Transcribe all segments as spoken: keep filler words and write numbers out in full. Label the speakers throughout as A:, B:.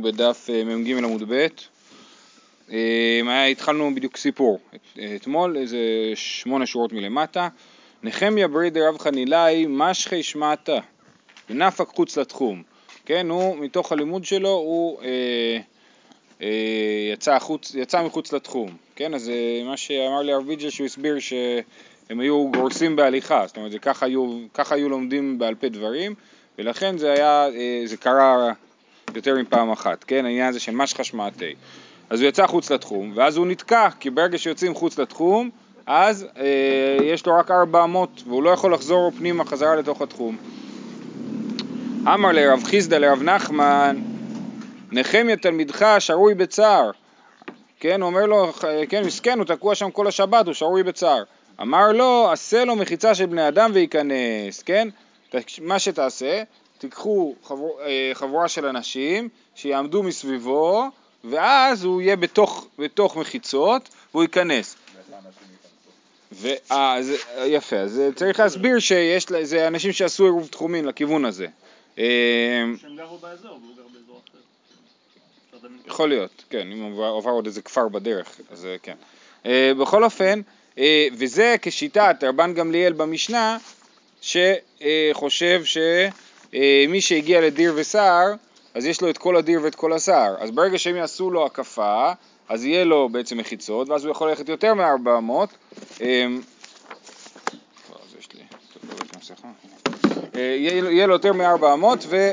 A: אנחנו בדף מ"ג עמוד ב'. התחלנו בדיוק סיפור אתמול, איזה שמונה שורות מלמטה. נחמיה ברי דרב חנילאי משכי שמעתה ונפק חוץ לתחום. כן, הוא מתוך הלימוד שלו הוא אה, אה, יצא, חוץ, יצא מחוץ לתחום. כן, אז אה, מה שאמר לי הרב ויג'ה שהוא הסביר שהם היו גורסים בהליכה, זאת אומרת, זה ככה היו, ככה היו לומדים בעל פה דברים, ולכן זה היה, אה, זה קרה יותר מפעם אחת, כן, העניין הזה של משכה שמעתי. אז הוא יצא חוץ לתחום, ואז הוא נתקע, כי ברגע שיוצאים חוץ לתחום, אז אה, יש לו רק ארבע אמות, והוא לא יכול לחזור פנימה חזרה לתוך התחום. אמר לרב חיסדא לרב נחמן, נחמיה תלמידך שרוי בצער. כן, הוא אומר לו, כן, מסכן, הוא תקוע שם כל השבת, הוא שרוי בצער. אמר לו, עשה לו מחיצה של בני אדם וייכנס, כן? מה שתעשה, תיקחו חבור, חבורה של אנשים שיעמדו מסביבו, ואז הוא יהיה בתוך, בתוך מחיצות, והוא ייכנס. ואז, יפה, אז צריך להסביר שיש, זה אנשים שעשו עירוב תחומין לכיוון הזה.
B: שהם גרו באזור, והוא גר באזור אחר.
A: יכול להיות, כן, אם הוא עבר עוד איזה כפר בדרך, אז כן. בכל אופן, וזה כשיטת רבן גמליאל במשנה, שחושב שמי שהגיע לדיר ושר, אז יש לו את כל הדיר ואת כל השר. אז ברגע שהם יעשו לו הקפה, אז יהיה לו בעצם מחיצות, ואז הוא יכול ללכת יותר מ-ארבע מאות. יהיה לו יותר מ-ארבע מאות, ו...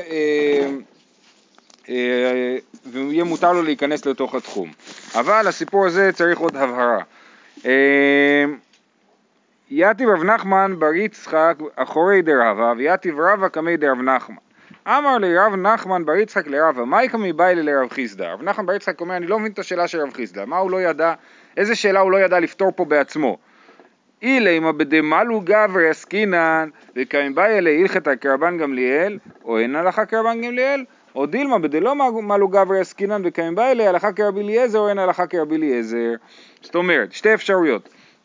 A: ויהיה מותר לו להיכנס לתוך התחום. אבל הסיפור הזה צריך עוד הבהרה. יתיב רב נחמן בר יצחק אחורי דרבה, ויתיב רבא קמי דרב נחמן. אמר לי רב נחמן בר יצחק לרבא, מה יקמי באי לי לרב חיסדא? רב נחמן בר יצחק אומר, אני לא מבין את השאלה של רב חיסדא. מה הוא לא ידע, איזה שאלה הוא לא ידע לפתור פה בעצמו? אילה אם בדמלו גבר יסקינן, וקמי באי לי הלכתה כרבן גמליאל, או אין הלכה כרבן גמליאל? או דילמה בדלא מלו גבר יסקינן וקיים באלה הלכה כרבי אליעזר או אין הלכה כרבי אליעזר. זאת אומרת, שתי אפשרויות.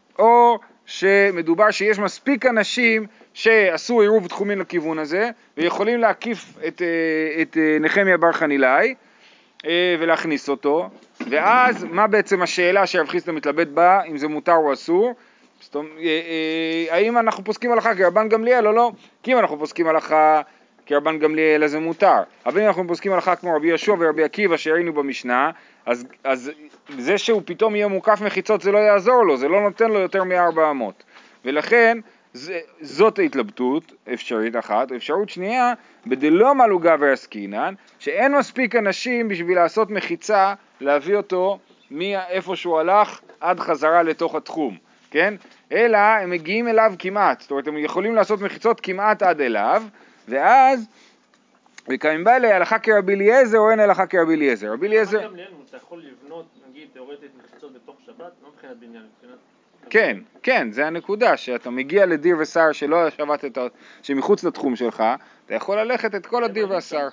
A: או שמדובר שיש מספיק אנשים שעשו עירוב תחומין לכיוון הזה ויכולים להקיף את, את נחמיה בר חנילאי ולהכניס אותו, ואז מה בעצם השאלה שרב חיסדא מתלבט בה, אם זה מותר או אסור? זאת אומרת, האם אנחנו פוסקים הלכה כרבן גמליאל או לא? כי אם אנחנו פוסקים הלכה כי רבן גמליאל אז זה מותר. אבל אם אנחנו פוסקים הלכה כמו רבי יהושע ורבי עקיבא שראינו במשנה, אז, אז זה שהוא פתאום יהיה מוקף מחיצות זה לא יעזור לו, זה לא נותן לו יותר מ-ארבע מאות. ולכן זה, זאת ההתלבטות אפשרית אחת. אפשרות שנייה, בדלא מלו גבר עסקינן, שאין מספיק אנשים בשביל לעשות מחיצה, להביא אותו מאיפה שהוא הלך עד חזרה לתוך התחום. כן? אלא הם מגיעים אליו כמעט, זאת אומרת הם יכולים לעשות מחיצות כמעט עד אליו, ואז, וקיים באלה, הלכה כרבי אליעזר או אין הלכה כרבי אליעזר? רבי אליעזר...
B: גם ליאל, אתה יכול לבנות, נגיד, תיאורטית מחיצות בתוך שבת, לא מבחינת בניין, מבחינת...
A: כן, כן, זה הנקודה, שאתה מגיע לדיר ושר שלא שבת את ה... שמחוץ לתחום שלך, אתה יכול ללכת את כל הדיר והשר.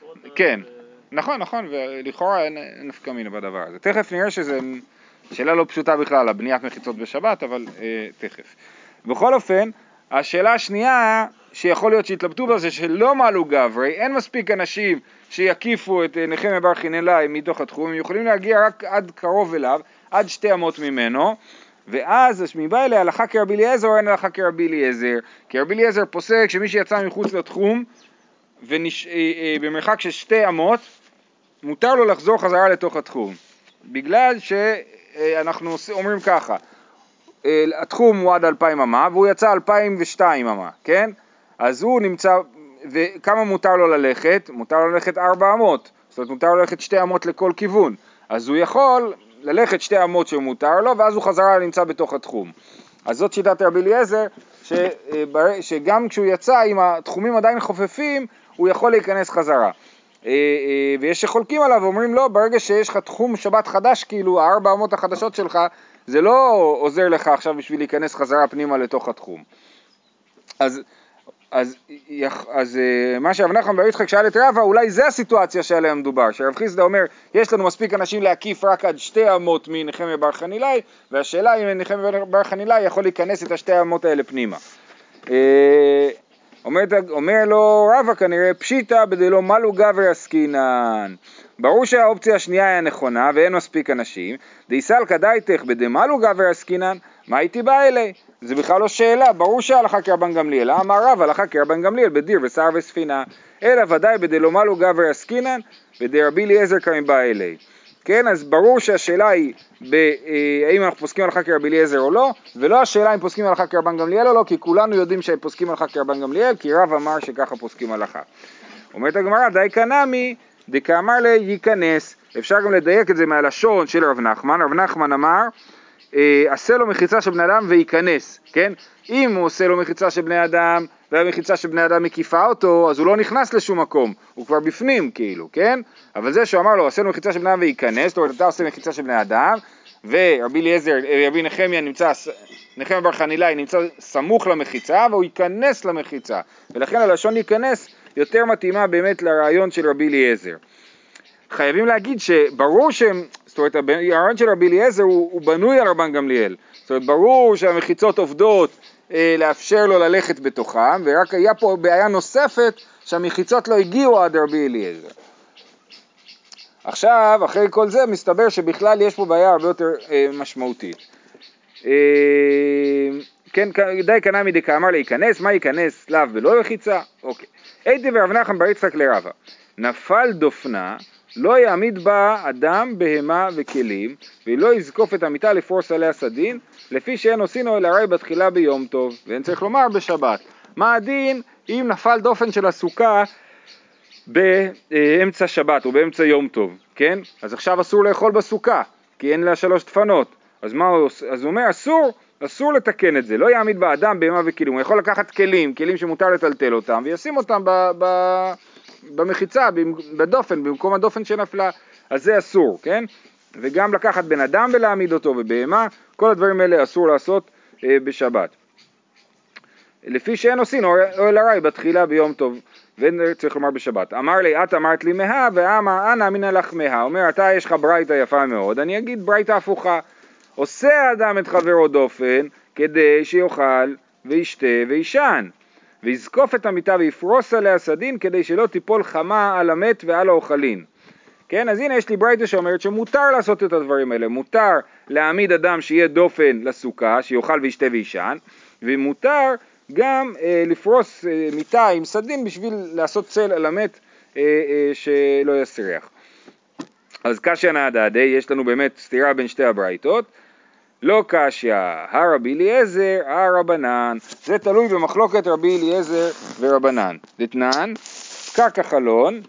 A: כן, נכון, נכון, ולכאורה אין נפקא מינה בדבר הזה. תכף נראה שזה שאלה לא פשוטה בכלל, הבניית מחיצות בשבת, אבל אה, תכף. בכל אופן, השאלה השנייה שיכול להיות שהתלבטו בזה שלא מעלו גברי, אין מספיק אנשים שיקיפו את נחמיה בר חנילאי מתוך התחום, הם יכולים להגיע רק עד קרוב אליו, עד שתי אמות ממנו, ואז מבא אליה הלכה כרבי אליעזר או אין הלכה כרבי אליעזר, כי רבי אליעזר פוסק שמי שיצא מחוץ לתחום ונש... במרחק של שתי אמות, מותר לו לחזור חזרה לתוך התחום, בגלל שאנחנו אומרים ככה, התחום הוא עד אלפיים אמה, והוא יצא אלפיים ושתיים אמה, כן? אז הוא נמצא, וכמה מותר לו ללכת? מותר לו ללכת ארבע אמות, זאת אומרת מותר לו ללכת שתי אמות לכל כיוון, אז הוא יכול ללכת שתי אמות שמותר לו, ואז הוא חזרה נמצא בתוך התחום. אז זאת שיטת רבי אליעזר, ש, שגם כשהוא יצא, אם התחומים עדיין חופפים, הוא יכול להיכנס חזרה. ויש שחולקים עליו ואומרים לו, ברגע שיש לך תחום שבת חדש, כאילו הארבע אמות החדשות שלך, זה לא עוזר לך עכשיו בשביל להיכנס חזרה פנימה לתוך התחום. אז, אז, אז מה שרב נחמן בר יצחק שאל את רבא, אולי זה הסיטואציה שעליה מדובר, שרב חיסדא אומר, יש לנו מספיק אנשים להקיף רק עד שתי אמות מנחמיה בר חנילאי, והשאלה אם נחמיה בר חנילאי יכול להיכנס את השתי אמות האלה פנימה. אומר, אומר לו רבא כנראה, פשיטא בדלא מלו גבר עסקינן. ברור שהאופציה השנייה היא הנכונה ואין מספיק אנשים, דייסל כדאיתך בדמלו גבר עסקינן, מה הייתי בא אלי? זה בכלל לא שאלה, ברור שהלכה כרבן גמליאל, אמר רב הלכה כרבן גמליאל בדיר ושר וספינה, אלא ודאי בדלומלו גבר עסקינן, בדרבי אליעזר קמים בא אלי. כן, אז ברור שהשאלה היא ב, אה, האם אנחנו פוסקים הלכה כרבי אליעזר או לא, ולא השאלה אם פוסקים הלכה כרבן גמליאל או לא, כי כולנו יודעים שהם פוסקים הלכה כרבן גמליאל, כי רב אמר שככה פוסקים הלכה. אומרת הגמרא, די קנמי, דקאמר לי ייכנס, אפשר גם לדייק את זה מהלשון של רב נחמן, רב נחמן אמר, אה, עשה לו מחיצה של בני אדם וייכנס, כן? אם הוא עושה לו מחיצה של בני אדם, והמחיצה של בני אדם מקיפה אותו, אז הוא לא נכנס לשום מקום, הוא כבר בפנים כאילו, כן? אבל זה שהוא אמר לו, עשה לו מחיצה של בני אדם וייכנס, זאת אומרת, אתה עושה מחיצה של בני אדם, ורבי אליעזר, רבי נחמיה נמצא, נחמיה בר חנילאי נמצא סמוך למחיצה, והוא ייכנס למחיצה, ולכן הלשון ייכנס יותר מתאימה באמת לרעיון של רבי אליעזר. חייבים להגיד שברור שהם, זאת אומרת, הרעיון של רבי אליעזר הוא, הוא בנוי על רבן גמליאל, זאת אומרת, ברור שהמחיצות עובדות אה, לאפשר לו ללכת בתוכם, ורק היה פה בעיה נוספת שהמחיצות לא הגיעו עד רבי אליעזר. עכשיו, אחרי כל זה, מסתבר שבכלל יש פה בעיה הרבה יותר אה, משמעותית. אה, כן, די קנמי דקאמר להיכנס, מה ייכנס? לאו ולא לחיצה? אוקיי. הייתי ורב נחמן בר יצחק לרבא, נפל דופנה, לא יעמיד בה אדם, בהמה וכלים, ולא יזקוף את המיטה לפרוס עליה סדין, לפי שאין עושינו אל הרי בתחילה ביום טוב, ואין צריך לומר בשבת. מה הדין אם נפל דופן של הסוכה באמצע שבת או באמצע יום טוב, כן? אז עכשיו אסור לאכול בסוכה, כי אין לה שלוש דפנות. אז מה הוא עושה? אז הוא אומר, אסור, אסור לתקן את זה, לא יעמיד בה אדם, בהמה וכלים, הוא יכול לקחת כלים, כלים שמותר לטלטל אותם, וישים אותם ב... ב... במחיצה, בדופן, במקום הדופן שנפלה, אז זה אסור, כן? וגם לקחת בן אדם ולהעמיד אותו ובהמה, כל הדברים האלה אסור לעשות אה, בשבת. לפי שאין עושים, או אל הרי בתחילה ביום טוב, ואין צריך לומר בשבת. אמר לי, את אמרת לי מה, ואמר, אנא אמינא לך מה. אומר, אתה יש לך ברייתא יפה מאוד, אני אגיד ברייתא הפוכה. עושה האדם את חברו דופן, כדי שיאכל וישתה וישן. ויזקוף את המיטה ויפרוס עליה סדין כדי שלא תיפול חמה על המת ועל האוכלין. כן, אז הנה יש לי ברייתא שאומרת שמותר לעשות את הדברים האלה, מותר להעמיד אדם שיהיה דופן לסוכה, שיאכל וישתה וישן, ומותר גם אה, לפרוס אה, מיטה עם סדין בשביל לעשות צל על המת אה, אה, שלא יסריח. אז קשיא נהדדי, יש לנו באמת סתירה בין שתי הברייתות, לא קשיא, הרבי אליעזר, הרבנן, זה תלוי במחלוקת רבי אליעזר ורבנן. דתנן, פקק החלון,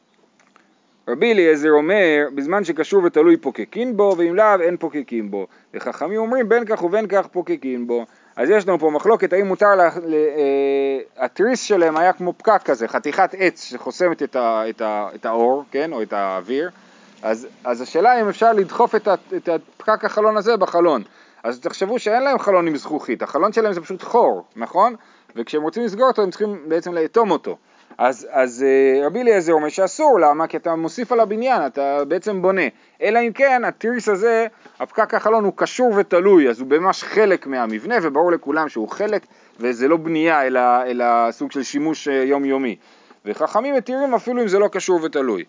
A: רבי אליעזר אומר, בזמן שקשור ותלוי פוקקין בו, ואם לאו אין פוקקין בו. וחכמים אומרים, בין כך ובין כך פוקקין בו. אז יש לנו פה מחלוקת, האם מותר, לה, לה, התריס שלהם היה כמו פקק כזה, חתיכת עץ שחוסמת את, ה, את, ה, את האור, כן, או את האוויר. אז, אז השאלה אם אפשר לדחוף את, את הפקק החלון הזה בחלון. אז תחשבו שאין להם חלון עם זכוכית, החלון שלהם זה פשוט חור, נכון? וכשהם רוצים לסגור אותו הם צריכים בעצם לאטום אותו. אז, אז רבי אליעזר אומר שאסור, למה? כי אתה מוסיף על הבניין, אתה בעצם בונה. אלא אם כן, התריס הזה, הפקק החלון הוא קשור ותלוי, אז הוא ממש חלק מהמבנה, וברור לכולם שהוא חלק, וזה לא בנייה, אלא, אלא סוג של שימוש יומיומי. וחכמים מתירים אפילו אם זה לא קשור ותלוי.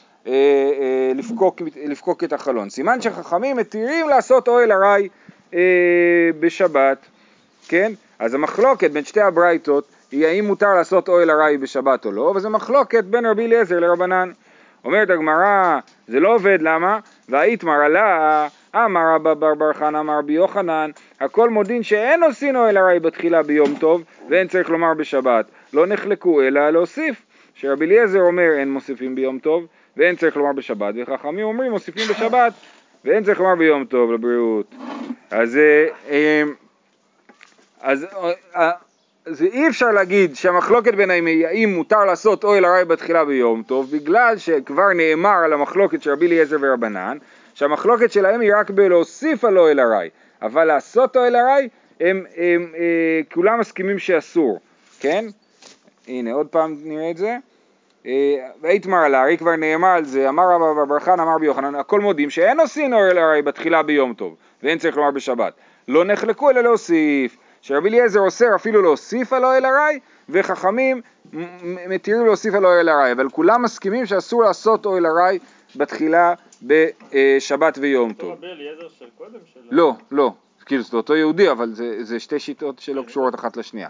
A: לפקוק, לפקוק את החלון. סימן שחכמים מתירים לעשות אוהל ארעי בשבת, כן? אז המחלוקת בין שתי הברייתות היא האם מותר לעשות אוהל ארעי בשבת או לא, וזה מחלוקת בין רבי אליעזר לרבנן. אומרת הגמרא, זה לא עובד, למה? והאיתמר עלה, אמר רבא בר בר חנא אמר רבי יוחנן, הכל מודין שאין עושים אוהל ארעי בתחילה ביום טוב, ואין צריך לומר בשבת. לא נחלקו אלא להוסיף, שרבי אליעזר אומר אין מוסיפים ביום טוב, ואין צריך לומר בשבת, וחכמים אומרים מוסיפים בשבת, ואין צריך לומר ביום טוב לבריאות. אז, אז, אז אי אפשר להגיד שהמחלוקת ביניהם היא האם מותר לעשות אוהל ארעי בתחילה ביום טוב, בגלל שכבר נאמר על המחלוקת של רבי אליעזר ורבנן, שהמחלוקת שלהם היא רק בלהוסיף על אוהל ארעי, אבל לעשות אוהל ארעי הם, הם, הם, הם כולם מסכימים שאסור, כן? הנה עוד פעם נראה את זה. ואיתמר על הארי כבר נאמר על זה, אמר רבא בר חנא אמר רבי יוחנן, הכל מודים שאין עושים אוהל ארעי בתחילה ביום טוב, ואין צריך לומר בשבת. לא נחלקו אלא להוסיף, שרבי אליעזר אוסר אפילו להוסיף על אוהל ארעי, וחכמים מתירים להוסיף על אוהל ארעי, אבל כולם מסכימים שאסור לעשות אוהל ארעי בתחילה בשבת ויום טוב.
B: אותו רבי אליעזר של קודם שלו?
A: לא, לא, כאילו זה אותו יהודי, אבל זה, זה שתי שיטות שלא קשורות אחת לשנייה.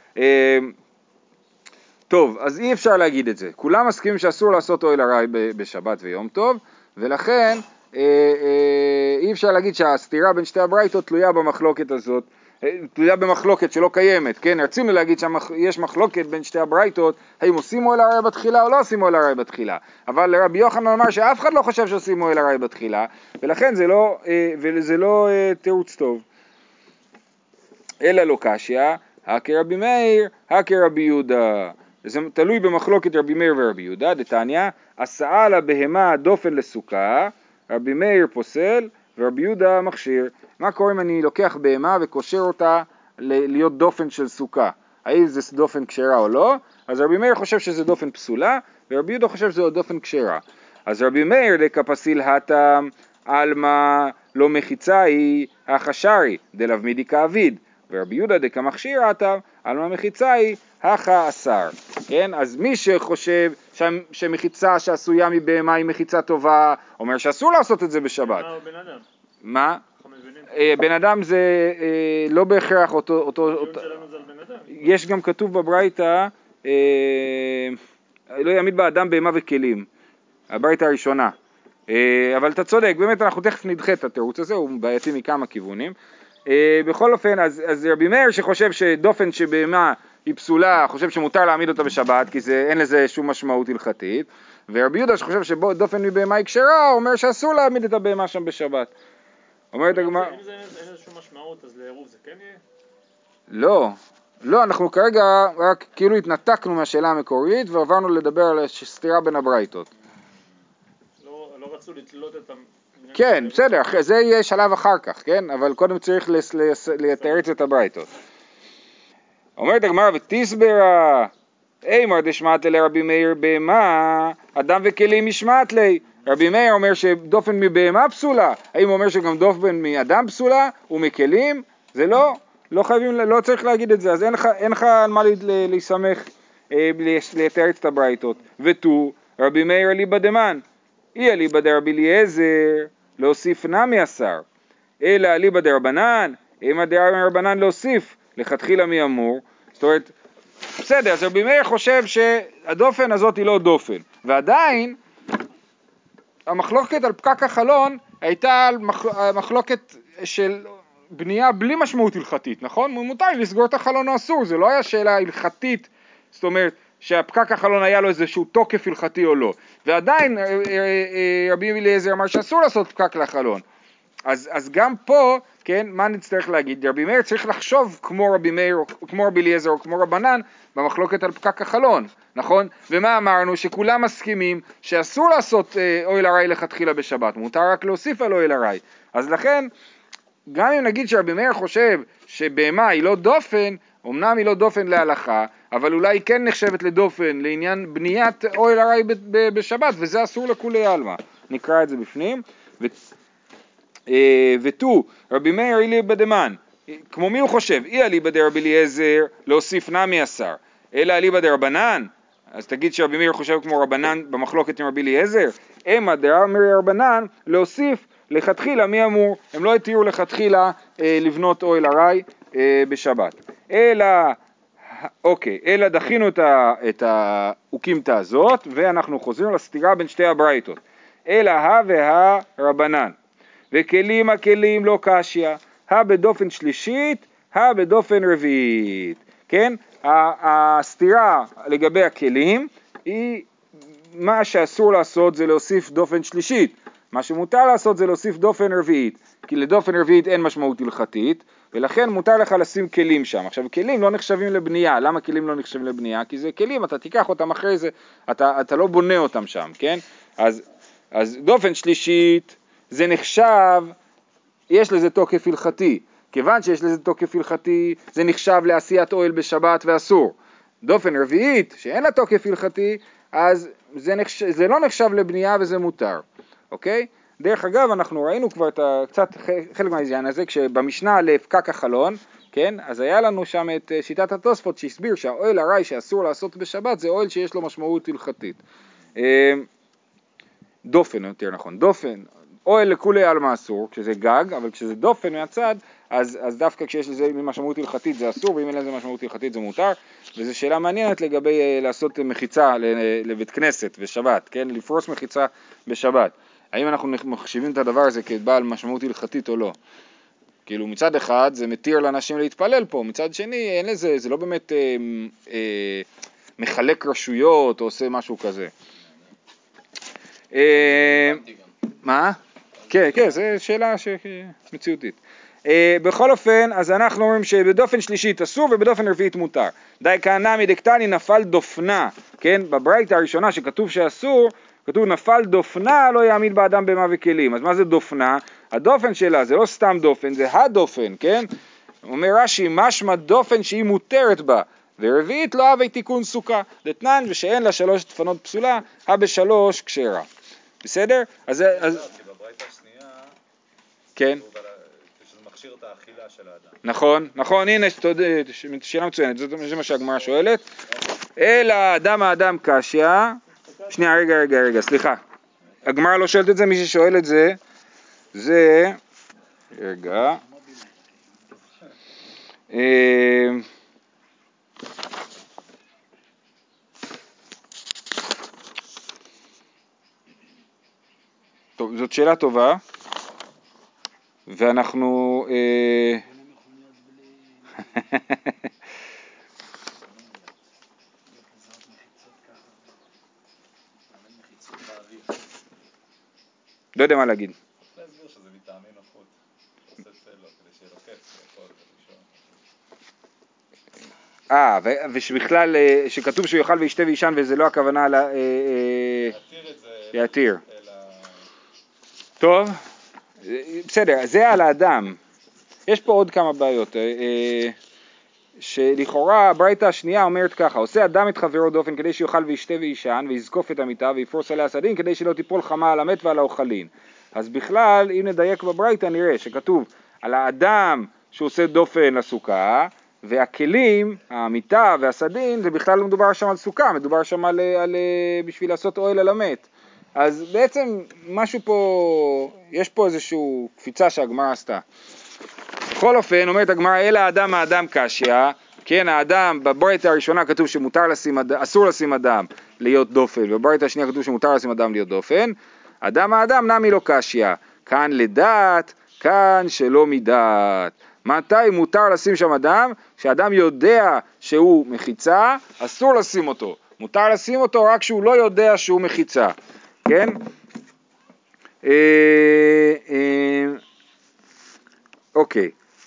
A: טוב, אז אי אפשר להגיד את זה. כולם מסכימים שאסור לעשות אוהל ארעי בשבת ויום טוב, ולכן אה, אה, אי אפשר להגיד שהסתירה בין שתי הברייתות תלויה במחלוקת הזאת, תלויה במחלוקת שלא קיימת, כן? רצינו להגיד שיש מחלוקת בין שתי הברייתות, האם עושים אוהל ארעי בתחילה או לא עושים אוהל ארעי בתחילה. אבל רבי יוחנן אמר שאף אחד לא חושב שעושים אוהל ארעי בתחילה, ולכן זה לא, אה, וזה לא אה, תירוץ טוב. אלא לא קשיא, הכי רבי מאיר, הכי רבי יהודה. זה תלוי במחלוקת רבי מאיר ורבי יהודה, דתניא, עשאה לבהמה דופן לסוכה, רבי מאיר פוסל ורבי יהודה מכשיר. מה קורה אם אני לוקח בהמה וקושר אותה להיות דופן של סוכה? האם זה דופן כשרה או לא? אז רבי מאיר חושב שזה דופן פסולה, ורבי יהודה חושב שזה דופן כשרה. אז רבי מאיר דקפסיל הטם, אלמה לא מחיצה היא החשרי, דלאו מידי כאביד. ורבי יהודה דקמכשיר הטם, אלמה מחיצה היא הכה אסר. כן? אז מי שחושב שמחיצה שעשויה מבהמה היא מחיצה טובה, אומר שאסור לעשות את זה בשבת.
B: מה בן אדם?
A: מה? בן אדם זה לא בהכרח אותו... אותו יש גם כתוב בברייתא, לא יעמיד באדם בהמה וכלים, הברייתא הראשונה. אבל אתה צודק, באמת אנחנו תכף נדחה את התירוץ הזה, הוא בעייתי מכמה כיוונים. בכל אופן, אז, אז רבי מאיר שחושב שדופן שבהמה היא פסולה, חושב שמותר להעמיד אותה בשבת, כי זה, אין לזה שום משמעות הלכתית, ורבי יהודה שחושב שדופן מבהמה היא כשרה, אומר שאסור להעמיד את הבהמה שם בשבת. אומרת הגמרא...
B: אם זה אין לזה שום משמעות, אז לעירוב זה כן יהיה?
A: לא, לא, אנחנו כרגע רק כאילו התנתקנו מהשאלה המקורית, ועברנו לדבר על סתירה בין הברייתות.
B: לא, לא רצו לתלות את ה...
A: כן, בסדר, זה יהיה שלב אחר כך, כן? אבל קודם צריך לתארץ את הברייתות. אומרת הגמרא ותסברה, אימר דשמעת לרבי מאיר בהמה, אדם וכלים משמעת לי. רבי מאיר אומר שדופן מבהמה פסולה, האם הוא אומר שגם דופן מאדם פסולה ומכלים? זה לא, לא חייבים, לא צריך להגיד את זה, אז אין לך, אין לך על מה להסמך, לתארץ את הברייתות. ותו, רבי מאיר אליבא דמן, אי אליבא דרבי אליעזר, להוסיף נמי השר, אלא אליבא דרבנן, אימא דרבנן להוסיף, לכתחילה מי אמור. זאת אומרת, בסדר, אז רבי מאיר חושב שהדופן הזאת היא לא דופן, ועדיין המחלוקת על פקק החלון הייתה מחלוקת של בנייה בלי משמעות הלכתית, נכון? מותר לסגור את החלון או אסור, זה לא היה שאלה הלכתית, זאת אומרת שהפקק החלון היה לו איזשהו תוקף הלכתי או לא, ועדיין רבי אליעזר אמר שאסור לעשות פקק לחלון. אז, אז גם פה, כן, מה נצטרך להגיד? רבי מאיר צריך לחשוב כמו רבי מאיר, כמו רבי אליעזר או כמו רבנן במחלוקת על פקק החלון, נכון? ומה אמרנו? שכולם מסכימים שאסור לעשות אה, אוהל ארעי לכתחילה בשבת, מותר רק להוסיף על אוהל ארעי. אז לכן, גם אם נגיד שרבי מאיר חושב שבהמה היא לא דופן, אמנם היא לא דופן להלכה, אבל אולי היא כן נחשבת לדופן לעניין בניית אוהל ארעי בשבת, וזה אסור לכולי עלמא. נקרא את זה בפנים. ו... ותו, רבי מאיר אליבא דמן, כמו מי הוא חושב? אי אליבא דרבי אליעזר להוסיף נמי השר, אלא אליבא דרבנן, אז תגיד שרבי מאיר חושב כמו רבנן במחלוקת עם רבי אליעזר, אמא דרבי רבנן להוסיף לכתחילה מי אמור, הם לא התירו לכתחילה אה, לבנות אוהל ארעי אה, בשבת, אלא, אוקיי, אלא דחינו את האוקימתא הזאת, ואנחנו חוזרים לסתירה בין שתי הברייתות, אלא ה והה רבנן, וכלים הכלים לא קשיא, ה בדופן שלישית, ה בדופן רביעית, כן? הסתירה לגבי הכלים היא, מה שאסור לעשות זה להוסיף דופן שלישית, מה שמותר לעשות זה להוסיף דופן רביעית, כי לדופן רביעית אין משמעות הלכתית, ולכן מותר לך לשים כלים שם. עכשיו, כלים לא נחשבים לבנייה, למה כלים לא נחשבים לבנייה? כי זה כלים, אתה תיקח אותם אחרי זה, אתה, אתה לא בונה אותם שם, כן? אז, אז דופן שלישית, זה נחשב, יש לזה תוקף הלכתי, כיוון שיש לזה תוקף הלכתי, זה נחשב לעשיית אוהל בשבת ואסור. דופן רביעית, שאין לה תוקף הלכתי, אז זה, נחש... זה לא נחשב לבנייה וזה מותר, אוקיי? דרך אגב, אנחנו ראינו כבר את ה... קצת חלק מהעניין הזה, כשבמשנה לפקק החלון, כן? אז היה לנו שם את שיטת התוספות שהסביר שהאוהל ארעי שאסור לעשות בשבת, זה אוהל שיש לו משמעות הלכתית. דופן יותר נכון, דופן, אוהל לכולי עלמא אסור, כשזה גג, אבל כשזה דופן מהצד, אז, אז דווקא כשיש לזה משמעות הלכתית זה אסור, ואם אין לזה משמעות הלכתית זה מותר, וזו שאלה מעניינת לגבי uh, לעשות מחיצה לבית כנסת בשבת, כן? לפרוס מחיצה בשבת. האם אנחנו מחשיבים את הדבר הזה כבעל משמעות הלכתית או לא? כאילו מצד אחד זה מתיר לאנשים להתפלל פה, מצד שני אין לזה, זה לא באמת אה, אה, מחלק רשויות או עושה משהו כזה. אה, מה? כן, כן, זו שאלה מציאותית. אה, בכל אופן, אז אנחנו אומרים שבדופן שלישית אסור ובדופן רביעית מותר. די כהנה מדקטני נפל דופנה, כן? בברייתא הראשונה שכתוב שאסור, כתוב נפל דופנה לא יעמיד באדם במה וכלים. אז מה זה דופנה? הדופן שלה זה לא סתם דופן, זה הדופן, כן? אומר רש"י, משמע דופן שהיא מותרת בה, ורביעית לא הווי תיקון סוכה, דתנן ושאין לה שלוש דפנות פסולה, הבשלוש כשרה. בסדר? אז... אז...
C: בברייתא השנייה,
A: כן.
C: שזה מכשיר את האכילה של האדם.
A: נכון, נכון, הנה, שאלה מצוינת, זה מה שהגמרא שואלת. אלא אדם האדם קשיא, שנייה, רגע, רגע, רגע, סליחה. הגמרא לא שואלת את זה, מי ששואל את זה, זה, רגע, טוב, זאת שאלה טובה, ואנחנו, לא יודע מה להגיד.
C: להסביר שזה מטעמי נוחות, שעושה צלו, כדי שיהיה לו כיף, יכול לישון.
A: אה, ושבכלל, שכתוב שהוא יאכל וישתה וישן, וזה לא הכוונה
C: להתיר את זה.
A: להתיר. טוב, בסדר, זה על האדם. יש פה עוד כמה בעיות. שלכאורה הברייתא השנייה אומרת ככה, עושה אדם את חברו דופן כדי שיאכל וישתה וישן ויזקוף את המיטה ויפרוס עליה סדין כדי שלא תיפול חמה על המת ועל האוכלין. אז בכלל אם נדייק בברייתא נראה שכתוב על האדם שעושה דופן לסוכה, והכלים, המיטה והסדין, זה בכלל לא מדובר שם על סוכה, מדובר שם על, על, בשביל לעשות אוהל על המת. אז בעצם משהו פה, יש פה איזושהי קפיצה שהגמרא עשתה. בכל אופן, אומרת הגמרא, אלא האדם האדם קשיא, כן, האדם, בברייתא הראשונה כתוב שמותר לשים, אסור לשים אדם להיות דופן, בברייתא השנייה כתוב שמותר לשים אדם להיות דופן, אדם האדם נמי לא קשיא, כאן לדעת, כאן שלא מדעת. מתי מותר לשים שם אדם? כשאדם יודע שהוא מחיצה, אסור לשים אותו. מותר לשים אותו רק כשהוא לא יודע שהוא מחיצה. כן? אוקיי.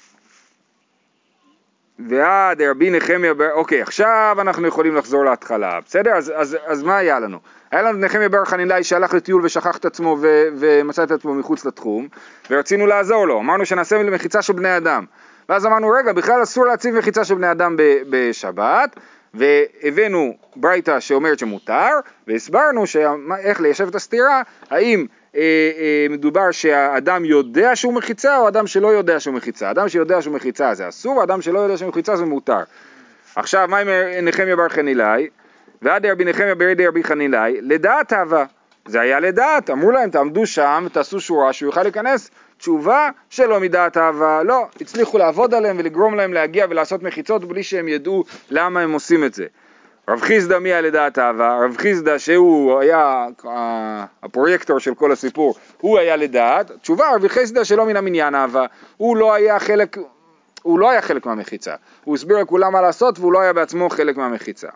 A: ועד רבי נחמיה, אוקיי, עכשיו אנחנו יכולים לחזור להתחלה. בסדר? אז, אז, אז מה היה לנו? היה לנו נחמיה בר חנינאי שהלך לטיול ושכח את עצמו ו- ומצא את עצמו מחוץ לתחום, ורצינו לעזור לו. אמרנו שנעשה מחיצה של בני אדם. ואז אמרנו, רגע, בכלל אסור להציב מחיצה של בני אדם ב- בשבת, והבאנו ברייתא שאומרת שמותר, והסברנו איך ליישב את הסתירה, האם אה, אה, מדובר שהאדם יודע שהוא מחיצה, או אדם שלא יודע שהוא מחיצה. אדם שיודע שהוא מחיצה זה אסור, ואדם שלא יודע שהוא מחיצה זה מותר. עכשיו, מה עם נחמיה בר חנינאי? ועד רבי נחמיה בידי רבי חנינאי, לדעת אהבה. זה היה לדעת, אמרו להם, תעמדו שם, תעשו שורה, שהוא יוכל להיכנס. תשובה שלא מדעת אהבה, לא, הצליחו לעבוד עליהם ולגרום להם להגיע ולעשות מחיצות בלי שהם ידעו למה הם עושים את זה. רב חיסדא מי היה לדעת אהבה? רב חיסדא שהוא היה הפרויקטור של כל הסיפור, הוא היה לדעת, תשובה רב חיסדא שלא מן המניין אהבה, הוא לא היה חלק, הוא לא היה חלק מהמחיצה, הוא הסביר לכולם מה לעשות והוא לא היה בעצמו חלק מהמחיצה.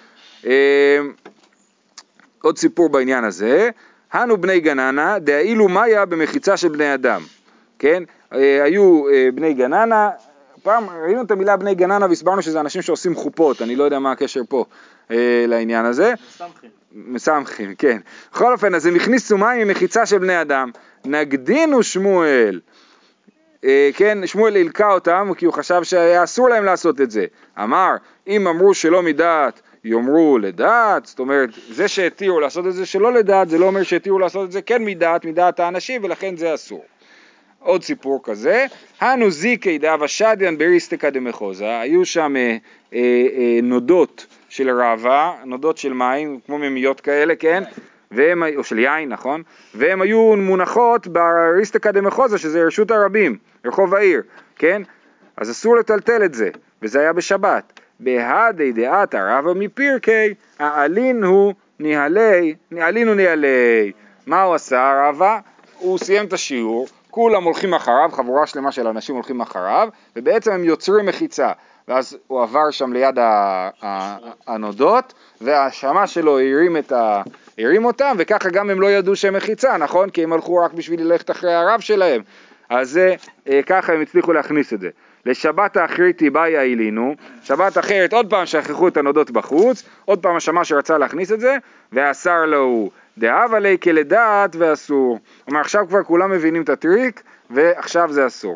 A: עוד סיפור בעניין הזה, הנו בני גננה, דאילו מאיה במחיצה של בני אדם, כן? היו בני גננה, פעם ראינו את המילה בני גננה והסברנו שזה אנשים שעושים חופות, אני לא יודע מה הקשר פה לעניין הזה.
B: מסמכים.
A: מסמכים, כן. בכל אופן, אז הם הכניסו מים ממחיצה של בני אדם, נגדינו שמואל, כן, שמואל הלקה אותם כי הוא חשב שהיה אסור להם לעשות את זה. אמר, אם אמרו שלא מדעת, יאמרו לדעת, זאת אומרת, זה שהתירו לעשות את זה שלא לדעת, זה לא אומר שהתירו לעשות את זה כן מדעת, מדעת האנשים, ולכן זה אסור. עוד סיפור כזה, הנו זיקי דאבה שדיין בריסטיקה דמחוזה, היו שם אה, אה, נודות של רעבה, נודות של מים, כמו ממיות כאלה, כן? והם, או של יין, נכון? והם היו מונחות באריסטקא דמחוזא, שזה רשות הרבים, רחוב העיר, כן? אז אסור לטלטל את זה, וזה היה בשבת. בהדי דעת הרבה מפירקי, העלין הוא ניהלי, העלין הוא ניהלי. מה הוא עשה הרבה? הוא סיים את השיעור, כולם הולכים אחריו, חבורה שלמה של אנשים הולכים אחריו, ובעצם הם יוצרים מחיצה. ואז הוא עבר שם ליד הנודות, והשמה שלו הרים, את ה... הרים אותם, וככה גם הם לא ידעו שהם מחיצה, נכון? כי הם הלכו רק בשביל ללכת אחרי הרב שלהם. אז זה, ככה הם הצליחו להכניס את זה. לשבת האחריתי באי העילינו, שבת אחרת עוד פעם שכחו את הנודות בחוץ, עוד פעם השמה שרצה להכניס את זה, והאסר לו הוא דאב עלי כלדעת ואסור. כלומר עכשיו כבר כולם מבינים את הטריק, ועכשיו זה אסור.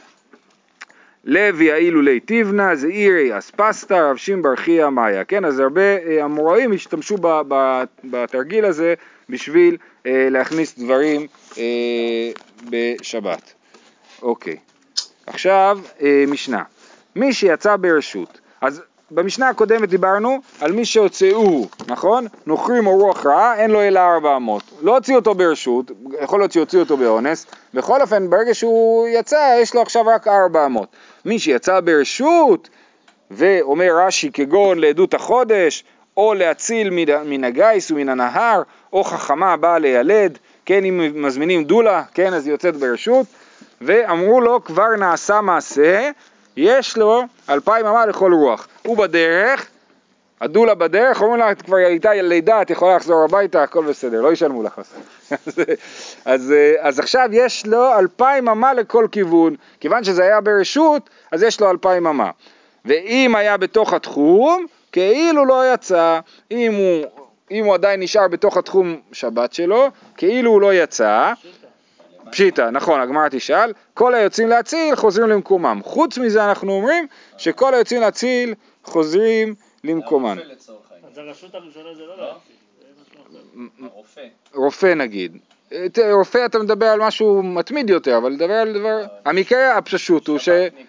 A: לוי האילו לי תיבנה, זעירי אספסטה, רבשים ברכיה מאיה. כן, אז הרבה המוראים השתמשו ב, ב, בתרגיל הזה בשביל אה, להכניס דברים אה, בשבת. אוקיי. עכשיו אה, משנה. מי שיצא ברשות. אז במשנה הקודמת דיברנו על מי שהוצאו, נכון? נוכרים או רוח רעה, אין לו אלא ארבע אמות. לא הוציא אותו ברשות, יכול להיות שיוציא אותו באונס, בכל אופן ברגע שהוא יצא יש לו עכשיו רק ארבע אמות. מי שיצא ברשות, ואומר רש"י כגון לעדות החודש, או להציל מן הגייס ומן הנהר, או חכמה באה לילד, כן, אם מזמינים דולה, כן, אז היא יוצאת ברשות, ואמרו לו כבר נעשה מעשה, יש לו אלפיים אמה לכל רוח. הוא בדרך, הדולה בדרך, אומרים לה, כבר הייתה לידה, את יכולה לחזור הביתה, הכל בסדר, לא ישלמו לך. אז, אז, אז עכשיו יש לו אלפיים אמה לכל כיוון, כיוון שזה היה ברשות, אז יש לו אלפיים אמה. ואם היה בתוך התחום, כאילו לא יצא, אם הוא, אם הוא עדיין נשאר בתוך התחום שבת שלו, כאילו הוא לא יצא, פשיטה, נכון, הגמרא תשאל, כל היוצאים להציל חוזרים למקומם. חוץ מזה אנחנו אומרים שכל היוצאים להציל חוזרים למקומם.
B: אז הרשות הראשונה זה לא להציל.
C: הרופא.
A: רופא נגיד. רופא אתה מדבר על משהו מתמיד יותר, אבל לדבר על דבר... המקרה הפשוט הוא ש...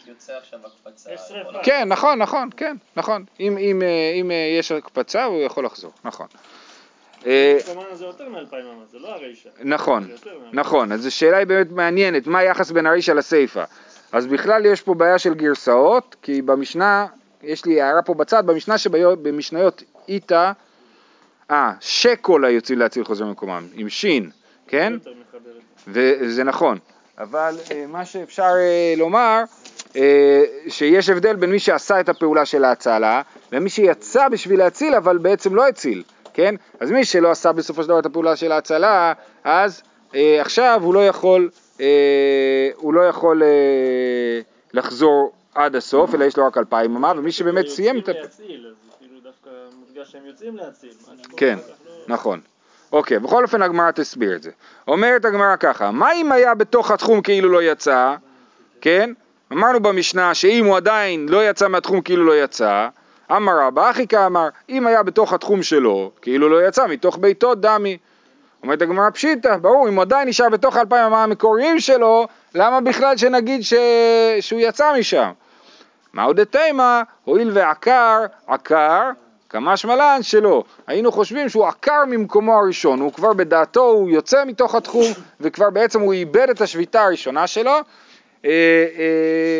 A: כן, נכון, נכון, כן, נכון. אם יש הקפצה הוא יכול לחזור, נכון.
B: זה יותר מאלפיים אמה, זה לא הרישה.
A: נכון, נכון, אז השאלה היא באמת מעניינת, מה היחס בין הרישה לסייפה? אז בכלל יש פה בעיה של גרסאות, כי במשנה, יש לי הערה פה בצד, במשנה שבמשניות איתה, אה, שכל היוצאים להציל חוזרים למקומם, עם שין, כן? וזה נכון, אבל מה שאפשר לומר, שיש הבדל בין מי שעשה את הפעולה של ההצלה, ומי שיצא בשביל להציל, אבל בעצם לא הציל. כן? אז מי שלא עשה בסופו של דבר את הפעולה של ההצלה, אז אה, עכשיו הוא לא יכול, אה, הוא לא יכול אה, לחזור עד הסוף, אלא יש לו רק אלפיים אמה, ומי שבאמת סיים את...
B: יוצאים להציל, אז כאילו דווקא מודגש שהם יוצאים להציל.
A: כן, נכון. אוקיי, בכל אופן הגמרא תסביר את זה. אומרת הגמרא ככה, מה אם היה בתוך התחום כאילו לא יצא, כן? אמרנו במשנה שאם הוא עדיין לא יצא מהתחום כאילו לא יצא, אמר רבא אחי כאמר, אם היה בתוך התחום שלו, כאילו לא יצא מתוך ביתו דמי. אומרת הגמרא פשיטה, ברור, אם הוא עדיין נשאר בתוך אלפיים אמה המקוריים שלו, למה בכלל שנגיד ש... שהוא יצא משם? מהו דתימה, הואיל ועקר, עקר, כמה שמלן שלו. היינו חושבים שהוא עקר ממקומו הראשון, הוא כבר בדעתו, הוא יוצא מתוך התחום, וכבר בעצם הוא איבד את השביתה הראשונה שלו, אה, אה,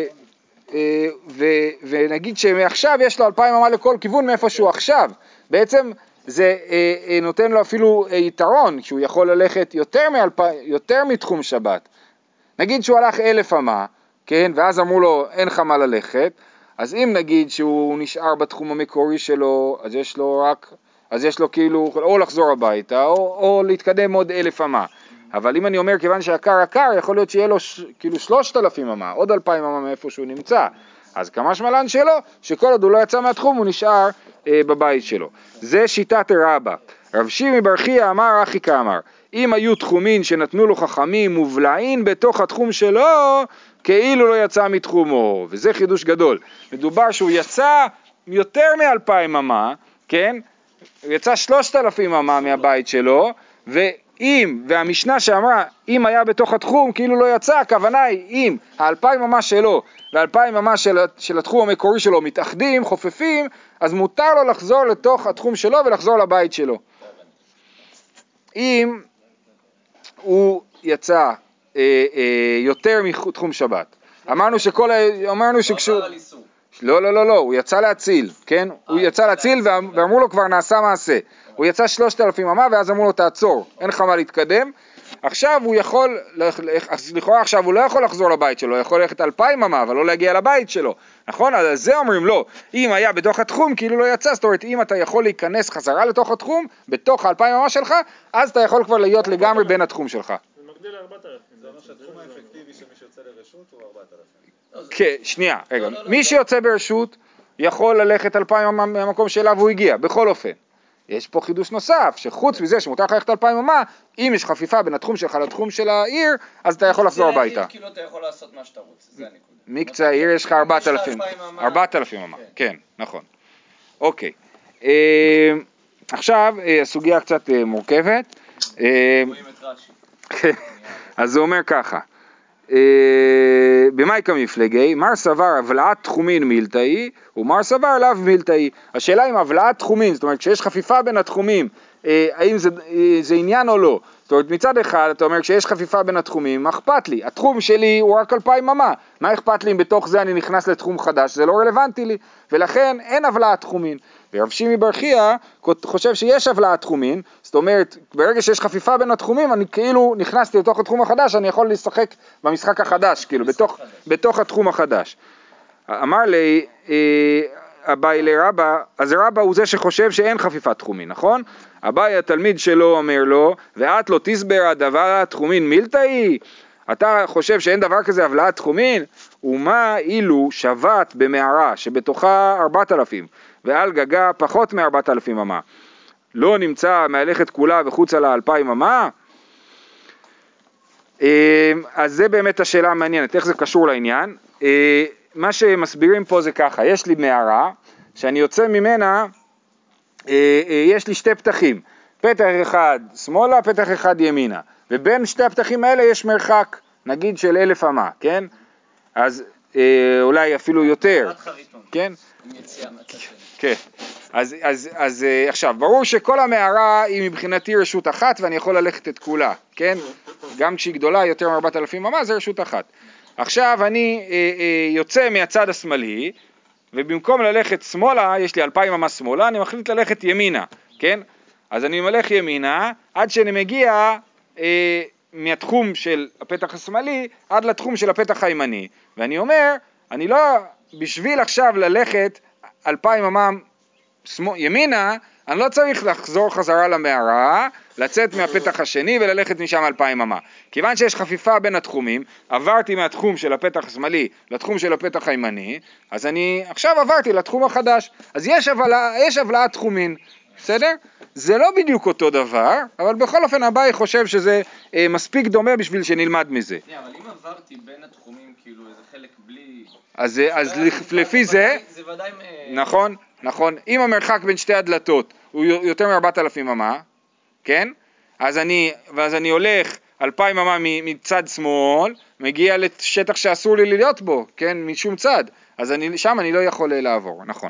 A: ו- ונגיד שמעכשיו יש לו אלפיים אמה לכל כיוון מאיפה שהוא עכשיו, בעצם זה נותן לו אפילו יתרון, שהוא יכול ללכת יותר, מאלפ... יותר מתחום שבת. נגיד שהוא הלך אלף אמה, כן, ואז אמרו לו אין לך מה ללכת, אז אם נגיד שהוא נשאר בתחום המקורי שלו, אז יש לו רק, אז יש לו כאילו או לחזור הביתה או, או להתקדם עוד אלף אמה. אבל אם אני אומר כיוון שהקר הקר, יכול להיות שיהיה לו ש... כאילו שלושת אלפים אמה, עוד אלפיים אמה מאיפה שהוא נמצא. אז כמה שמלן שלו, שכל עוד הוא לא יצא מהתחום, הוא נשאר אה, בבית שלו. זה שיטת רבא. רב שימי ברכיה אמר אחי כאמר, אם היו תחומין שנתנו לו חכמים מובלעים בתוך התחום שלו, כאילו לא יצא מתחומו. וזה חידוש גדול. מדובר שהוא יצא יותר מאלפיים אמה, כן? הוא יצא שלושת אלפים אמה מהבית שלו, ו... אם, והמשנה שאמרה, אם היה בתוך התחום, כאילו לא יצא, הכוונה היא, אם האלפיים אמה שלו והאלפיים אמה של, של התחום המקורי שלו מתאחדים, חופפים, אז מותר לו לחזור לתוך התחום שלו ולחזור לבית שלו. אם הוא יצא אה, אה, יותר מתחום שבת, אמרנו שכל, אמרנו שכשהוא, לא, לא, לא, לא, הוא יצא להציל, כן? הוא יצא להציל ואמרו לו כבר נעשה מעשה. הוא יצא שלושת אלפים אמה ואז אמרו לו תעצור, אין לך מה להתקדם. עכשיו הוא יכול, לכאורה עכשיו הוא לא יכול לחזור לבית שלו, הוא יכול ללכת אלפיים אמה, אבל לא להגיע לבית שלו, נכון? אז זה אומרים לא, אם היה בתוך התחום כאילו לא יצא, זאת אומרת אם אתה יכול להיכנס חזרה לתוך התחום, בתוך האלפיים אמה שלך, אז אתה יכול כבר להיות לגמרי בין התחום שלך.
B: זה מגדיל ל-ארבעת אלפים.
C: זה אומר שהתחום האפקטיבי שמי שיוצא לרשות הוא ארבעת אלפים.
A: כן, שנייה, רגע, מי שיוצא ברשות יכול ללכת אלפיים אמה מהמקום שאליו הוא הגיע, בכל אופן. יש פה חידוש נוסף, שחוץ מזה שמותר לך ללכת אלפיים אמה, אם יש חפיפה בין התחום שלך לתחום של העיר, אז אתה יכול לחזור הביתה.
D: כאילו אתה יכול לעשות מה שאתה רוצה, זה הנקודה.
A: מקצה העיר יש לך ארבעת אלפים, ארבעת אלפים אמה, כן, נכון. אוקיי. עכשיו, הסוגיה קצת מורכבת.
D: רואים את רש"י.
A: אז זה אומר ככה. במאי כמפלגי, מר סבר הבלעת תחומין מילתאי ומר סבר לאו מילתאי. השאלה אם הבלעת תחומין, זאת אומרת כשיש חפיפה בין התחומים, האם זה, זה עניין או לא. זאת אומרת מצד אחד אתה אומר כשיש חפיפה בין התחומים, מה אכפת לי? התחום שלי הוא רק אלפיים אמה, מה אכפת לי אם בתוך זה אני נכנס לתחום חדש? זה לא רלוונטי לי, ולכן אין הבלעת תחומין. ורב שימי בר חייא חושב שיש הבלעת תחומין, זאת אומרת ברגע שיש חפיפה בין התחומים אני כאילו נכנסתי לתוך התחום החדש, אני יכול לשחק במשחק החדש, כאילו בתוך, בתוך התחום החדש. אמר לי אביי לרבא, אז רבא הוא זה שחושב שאין חפיפת תחומין, נכון? אביי התלמיד שלו אומר לו, ואת לא תסבר הדבר התחומין מילתאי, אתה חושב שאין דבר כזה הבלעת תחומין? ומה אילו שבת במערה שבתוכה ארבעת אלפים ועל גגה פחות מארבעת אלפים אמה, לא נמצא מהלכת כולה וחוץ על האלפיים אמה? אז זה באמת השאלה המעניינת, איך זה קשור לעניין. מה שמסבירים פה זה ככה, יש לי מערה שאני יוצא ממנה, יש לי שתי פתחים, פתח אחד שמאלה, פתח אחד ימינה, ובין שתי הפתחים האלה יש מרחק, נגיד של אלף אמה, כן? אז אולי אפילו יותר, כן? כן. אז, אז, אז עכשיו, ברור שכל המערה היא מבחינתי רשות אחת ואני יכול ללכת את כולה, כן? גם כשהיא גדולה יותר מ-ארבעת אלפים אמה זה רשות אחת. עכשיו אני אה, אה, יוצא מהצד השמאלי, ובמקום ללכת שמאלה, יש לי אלפיים אמה שמאלה, אני מחליט ללכת ימינה, כן? אז אני מלך ימינה עד שאני מגיע אה, מהתחום של הפתח השמאלי עד לתחום של הפתח הימני, ואני אומר, אני לא, בשביל עכשיו ללכת אלפיים אמה ימינה, אני לא צריך לחזור חזרה למערה, לצאת מהפתח השני וללכת משם אלפיים אמה. כיוון שיש חפיפה בין התחומים, עברתי מהתחום של הפתח השמאלי לתחום של הפתח הימני, אז אני עכשיו עברתי לתחום החדש. אז יש הבלה, יש הבלעת תחומין, בסדר? זה לא בדיוק אותו דבר, אבל בכל אופן אביי חושב שזה אה, מספיק דומה בשביל שנלמד מזה.
D: Yeah, אבל אם עברתי בין התחומים, כאילו איזה חלק בלי...
A: אז, אז לפי זה,
D: זה ודאי...
A: נכון, נכון, אם המרחק בין שתי הדלתות הוא יותר מ-ארבעת אלפים אמה, כן? אז אני, ואז אני הולך אלפיים אמה מצד שמאל, מגיע לשטח שאסור לי להיות בו, כן? משום צד, אז אני, שם אני לא יכול לעבור, נכון.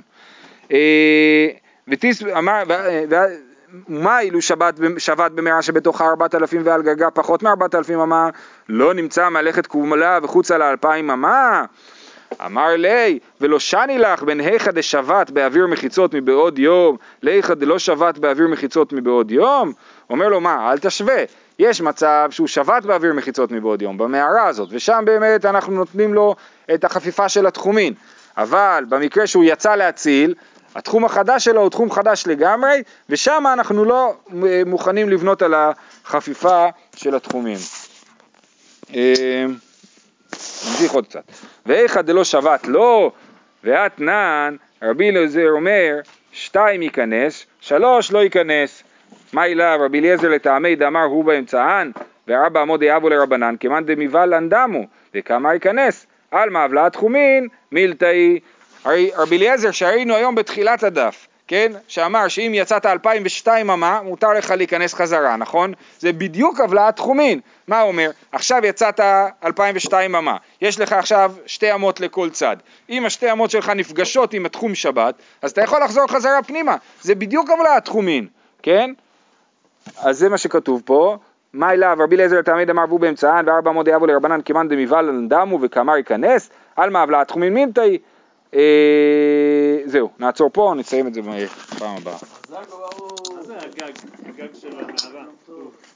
A: ותיס, אמר, מה אילו שבת, שבת במערה שבתוכה ארבעת אלפים ועל גגה פחות מ-ארבעת אלפים אמה, לא נמצא מהלכת כומלה וחוץ על האלפיים אמה? אמר לי, ולא שני לך בין היכא דשבת באוויר מחיצות מבעוד יום, להיכא דלא שבת באוויר מחיצות מבעוד יום? אומר לו, מה, אל תשווה, יש מצב שהוא שבת באוויר מחיצות מבעוד יום, במערה הזאת, ושם באמת אנחנו נותנים לו את החפיפה של התחומין, אבל במקרה שהוא יצא להציל, התחום החדש שלו הוא תחום חדש לגמרי, ושם אנחנו לא מוכנים לבנות על החפיפה של התחומים. נמשיך עוד קצת. ואיכא דלא שבת לא, ואתנן, רבי אליעזר אומר, שתיים ייכנס, שלוש לא ייכנס. מה אליו? רבי אליעזר לטעמי דאמר הוא באמצען, ורבא עמוד יאבו לרבנן, כמאן דמיבל אנדמו, וכמה ייכנס? על מהבלעת תחומין, מילתאי. הרי רבי אליעזר שהיינו היום בתחילת הדף, כן? שאמר שאם יצאת אלפיים ושתיים אמה, מותר לך להיכנס חזרה, נכון? זה בדיוק הבלעת תחומין. מה אומר? עכשיו יצאת אלפיים ושתיים אמה, יש לך עכשיו שתי אמות לכל צד. אם השתי אמות שלך נפגשות עם התחום שבת, אז אתה יכול לחזור חזרה פנימה. זה בדיוק הבלעת תחומין, כן? אז זה מה שכתוב פה. מה אליו, רבי אליעזר תלמיד אמר והוא באמצען, וארבע עמודי אבו לרבנן כמאן דמיבל דמו וכאמר ייכנס, על מה הבלעת תחומין מילתאי. זהו, נעצור פה, נסיים את זה בפעם הבאה.
B: מה זה הגג? הגג של המערה.